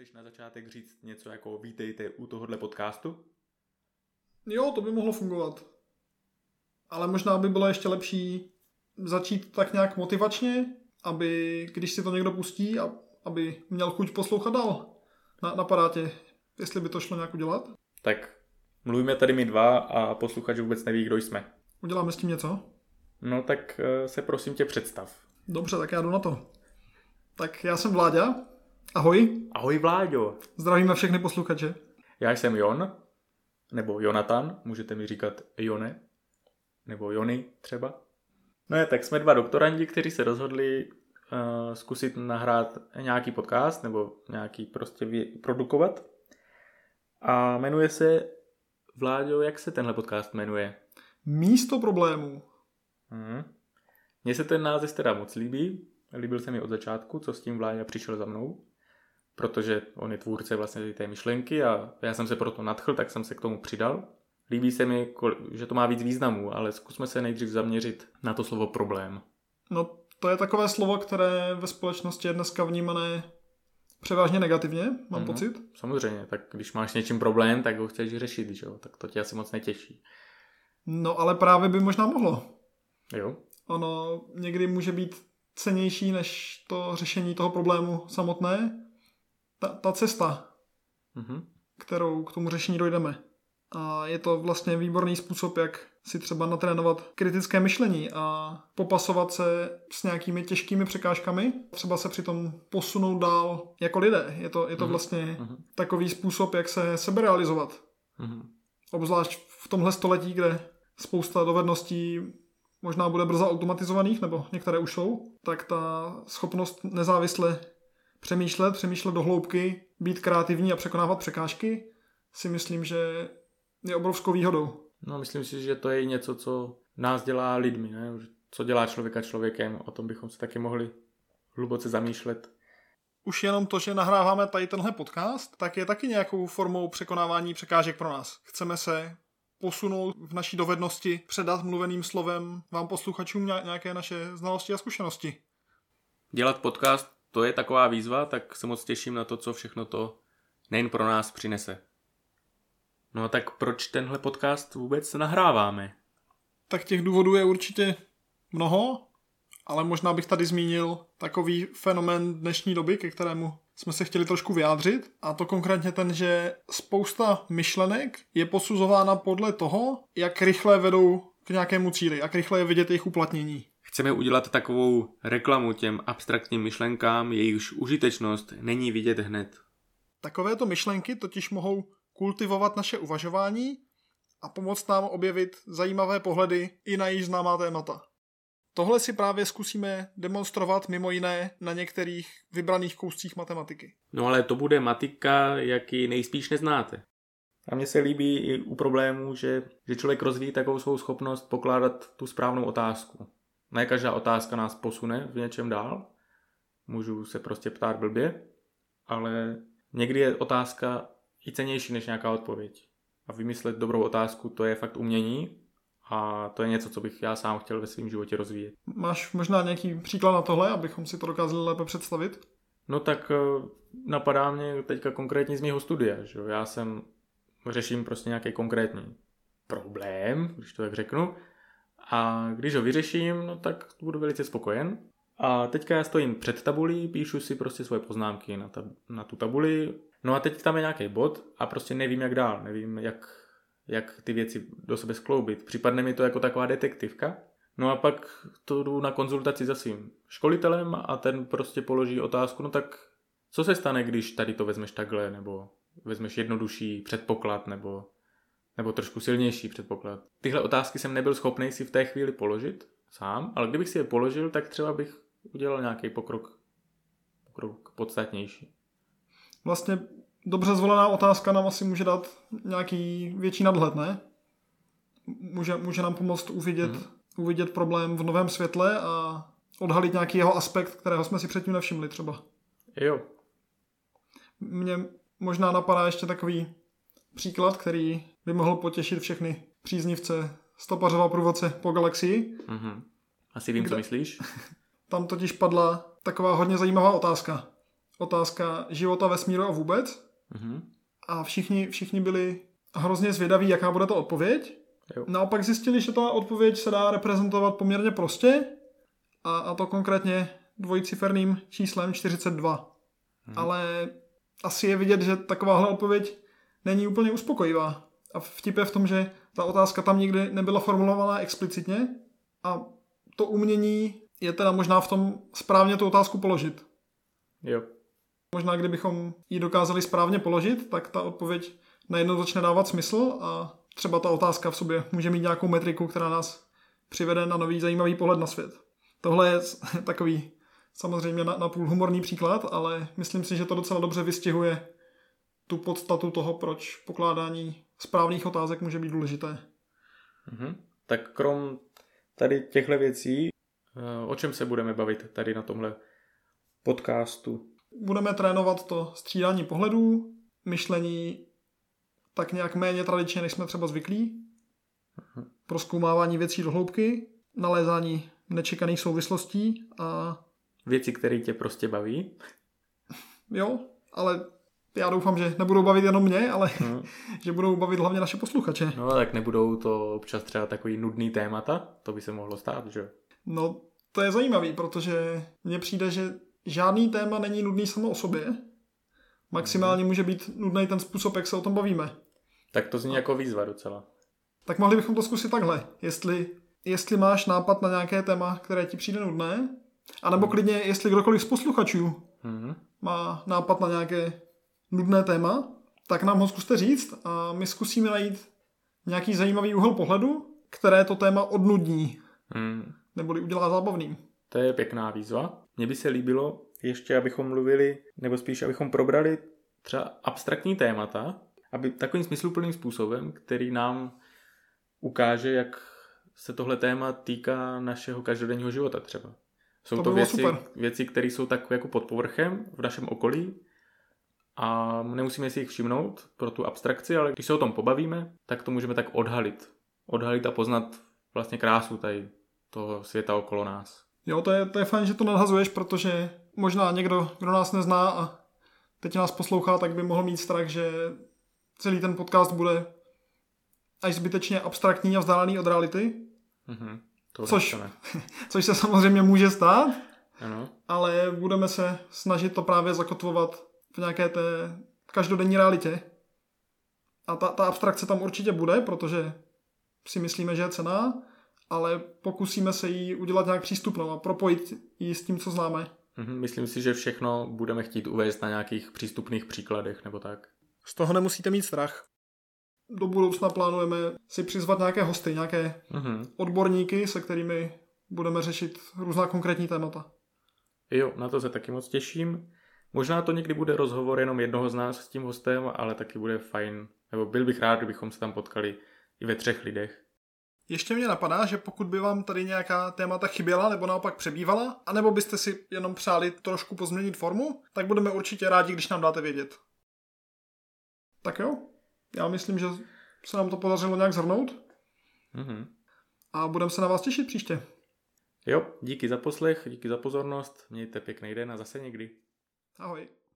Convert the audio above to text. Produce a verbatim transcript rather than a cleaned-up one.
Chceš na začátek říct něco jako vítejte u tohohle podcastu? Jo, to by mohlo fungovat. Ale možná by bylo ještě lepší začít tak nějak motivačně, aby když si to někdo pustí, a, aby měl chuť poslouchat dál. Na, napadá tě, jestli by to šlo nějak udělat? Tak mluvíme tady my dva a posluchač vůbec neví, kdo jsme. Uděláme s tím něco? No tak se prosím tě představ. Dobře, tak já jdu na to. Tak já jsem Vláďa. Ahoj. Ahoj Vláďo. Zdravíme všechny posluchače. Já jsem Jon, nebo Jonatan, můžete mi říkat Jone, nebo Jony třeba. No je, tak jsme dva doktorandi, kteří se rozhodli uh, zkusit nahrát nějaký podcast, nebo nějaký prostě vě- produkovat. A jmenuje se, Vláďo, jak se tenhle podcast jmenuje? Místo problémů. Hmm. Mně se ten název teda moc líbí. Líbil se mi od začátku, co s tím Vláďa přišel za mnou. Protože on je tvůrce vlastně té myšlenky a já jsem se proto nadchl, tak jsem se k tomu přidal. Líbí se mi, že to má víc významů, ale zkusme se nejdřív zaměřit na to slovo problém. No, to je takové slovo, které ve společnosti je dneska vnímané převážně negativně, mám mm-hmm. pocit. Samozřejmě, tak když máš s něčím problém, tak ho chceš řešit, že jo? Tak to tě asi moc netěší. No, ale právě by možná mohlo. Jo. Ono někdy může být cennější než to řešení toho problému samotné. Ta, ta cesta, mm-hmm. kterou k tomu řešení dojdeme. A je to vlastně výborný způsob, jak si třeba natrénovat kritické myšlení a popasovat se s nějakými těžkými překážkami. Třeba se přitom posunout dál jako lidé. Je to, je to mm-hmm. vlastně mm-hmm. takový způsob, jak se seberealizovat. Mm-hmm. Obzvlášť v tomhle století, kde spousta dovedností možná bude brzo automatizovaných, nebo některé už jsou, tak ta schopnost nezávisle přemýšlet, přemýšlet do hloubky, být kreativní a překonávat překážky, si myslím, že je obrovskou výhodou. No, myslím si, že to je něco, co nás dělá lidmi, ne? Co dělá člověka člověkem. O tom bychom se taky mohli hluboce zamýšlet. Už jenom to, že nahráváme tady tenhle podcast, tak je taky nějakou formou překonávání překážek pro nás. Chceme se posunout v naší dovednosti, předat mluveným slovem vám posluchačům nějaké naše znalosti a zkušenosti. Dělat podcast, to je taková výzva, tak se moc těším na to, co všechno to nejen pro nás přinese. No tak proč tenhle podcast vůbec nahráváme? Tak těch důvodů je určitě mnoho, ale možná bych tady zmínil takový fenomén dnešní doby, ke kterému jsme se chtěli trošku vyjádřit. A to konkrétně ten, že spousta myšlenek je posuzována podle toho, jak rychle vedou k nějakému cíli, jak rychle je vidět jejich uplatnění. Chceme udělat takovou reklamu těm abstraktním myšlenkám, jejichž užitečnost není vidět hned. Takovéto myšlenky totiž mohou kultivovat naše uvažování a pomoct nám objevit zajímavé pohledy i na již známá témata. Tohle si právě zkusíme demonstrovat mimo jiné na některých vybraných kouscích matematiky. No ale to bude matika, jak ji nejspíš neznáte. A mně se líbí i u problémů, že, že člověk rozvíjí takovou svou schopnost pokládat tu správnou otázku. Ne každá otázka nás posune v něčem dál. Můžu se prostě ptát blbě, ale někdy je otázka i cennější než nějaká odpověď. A vymyslet dobrou otázku, to je fakt umění a to je něco, co bych já sám chtěl ve svém životě rozvíjet. Máš možná nějaký příklad na tohle, abychom si to dokázali lépe představit? No tak napadá mě teďka konkrétně z mého studia. Že? Já jsem řeším prostě nějaký konkrétní problém, když to tak řeknu. A když ho vyřeším, no tak budu velice spokojen. A teďka já stojím před tabulí, píšu si prostě svoje poznámky na, tab- na tu tabuli. No a teď tam je nějaký bod a prostě nevím jak dál, nevím jak, jak ty věci do sebe skloubit. Připadne mi to jako taková detektivka. No a pak to jdu na konzultaci za svým školitelem a ten prostě položí otázku, no tak co se stane, když tady to vezmeš takhle, nebo vezmeš jednodušší předpoklad, nebo, nebo trošku silnější předpoklad. Tyhle otázky jsem nebyl schopný si v té chvíli položit sám, ale kdybych si je položil, tak třeba bych udělal nějaký pokrok, pokrok podstatnější. Vlastně dobře zvolená otázka nám asi může dát nějaký větší nadhled, ne? Může, může nám pomoct uvidět, mm. uvidět problém v novém světle a odhalit nějaký jeho aspekt, kterého jsme si předtím nevšimli třeba. Jo. Mně možná napadá ještě takový příklad, který by mohl potěšit všechny příznivce stopařova průvodce po galaxii. Mm-hmm. Asi vím, Kde? co myslíš. Tam totiž padla taková hodně zajímavá otázka. otázka života, vesmíru a vůbec. Mm-hmm. A všichni, všichni byli hrozně zvědaví, jaká bude ta odpověď. Jo. Naopak zjistili, že ta odpověď se dá reprezentovat poměrně prostě a, a to konkrétně dvojciferným číslem čtyřicet dva. Mm-hmm. Ale asi je vidět, že takováhle odpověď není úplně uspokojivá. A vtip je v tom, že ta otázka tam nikdy nebyla formulovaná explicitně a to umění je teda možná v tom správně tu otázku položit. Jo. Možná kdybychom ji dokázali správně položit, tak ta odpověď najednou začne dávat smysl a třeba ta otázka v sobě může mít nějakou metriku, která nás přivede na nový zajímavý pohled na svět. Tohle je takový samozřejmě na, na půl humorný příklad, ale myslím si, že to docela dobře vystihuje tu podstatu toho, proč pokládání správných otázek může být důležité. Mhm. Tak krom tady těchto věcí, o čem se budeme bavit tady na tomhle podcastu? Budeme trénovat to střídání pohledů, myšlení tak nějak méně tradičně, než jsme třeba zvyklí, mhm. prozkoumávání věcí do hloubky, nalézání nečekaných souvislostí a... Věci, které tě prostě baví. Jo, ale já doufám, že nebudou bavit jenom mě, ale hmm. že budou bavit hlavně naše posluchače. No tak nebudou to občas třeba takový nudný témata, to by se mohlo stát, že? No to je zajímavý, protože mně přijde, že žádný téma není nudný samo o sobě. Maximálně hmm. může být nudný ten způsob, jak se o tom bavíme. Tak to zní jako výzva docela. Tak mohli bychom to zkusit takhle. Jestli, jestli máš nápad na nějaké téma, které ti přijde nudné, anebo hmm. klidně, jestli kdokoliv z posluchačů hmm. má nápad na nějaké nudné téma, tak nám ho zkuste říct a my zkusíme najít nějaký zajímavý úhel pohledu, které to téma odnudní, hmm. neboli udělá zábavným. To je pěkná výzva. Mně by se líbilo ještě, abychom mluvili, nebo spíš, abychom probrali třeba abstraktní témata, aby takovým smysluplným způsobem, který nám ukáže, jak se tohle téma týká našeho každodenního života třeba. Jsou to, to věci, věci, které jsou tak jako pod povrchem v našem okolí a nemusíme si jich všimnout pro tu abstrakci, ale když se o tom pobavíme, tak to můžeme tak odhalit. Odhalit a poznat vlastně krásu tady toho světa okolo nás. Jo, to je, to je fajn, že to nadhazuješ, protože možná někdo, kdo nás nezná a teď nás poslouchá, tak by mohl mít strach, že celý ten podcast bude až zbytečně abstraktní a vzdálený od reality. Mm-hmm. To což, což se samozřejmě může stát, ano. Ale budeme se snažit to právě zakotvovat v nějaké té každodenní realitě. A ta, ta abstrakce tam určitě bude, protože si myslíme, že je cenná, ale pokusíme se jí udělat nějak přístupnou a propojit ji s tím, co známe. Myslím si, že všechno budeme chtít uvést na nějakých přístupných příkladech nebo tak. Z toho nemusíte mít strach. Do budoucna plánujeme si přizvat nějaké hosty, nějaké mm-hmm. odborníky, se kterými budeme řešit různá konkrétní témata. Jo, na to se taky moc těším. Možná to někdy bude rozhovor jenom jednoho z nás s tím hostem, ale taky bude fajn, nebo byl bych rád, kdybychom se tam potkali i ve třech lidech. Ještě mě napadá, že pokud by vám tady nějaká témata chyběla nebo naopak přebývala, anebo byste si jenom přáli trošku pozměnit formu, tak budeme určitě rádi, když nám dáte vědět. Tak jo, já myslím, že se nám to podařilo nějak shrnout. Mm-hmm. A budeme se na vás těšit příště. Jo, díky za poslech, díky za pozornost, mějte pěkný den a zase někdy. Ahoj.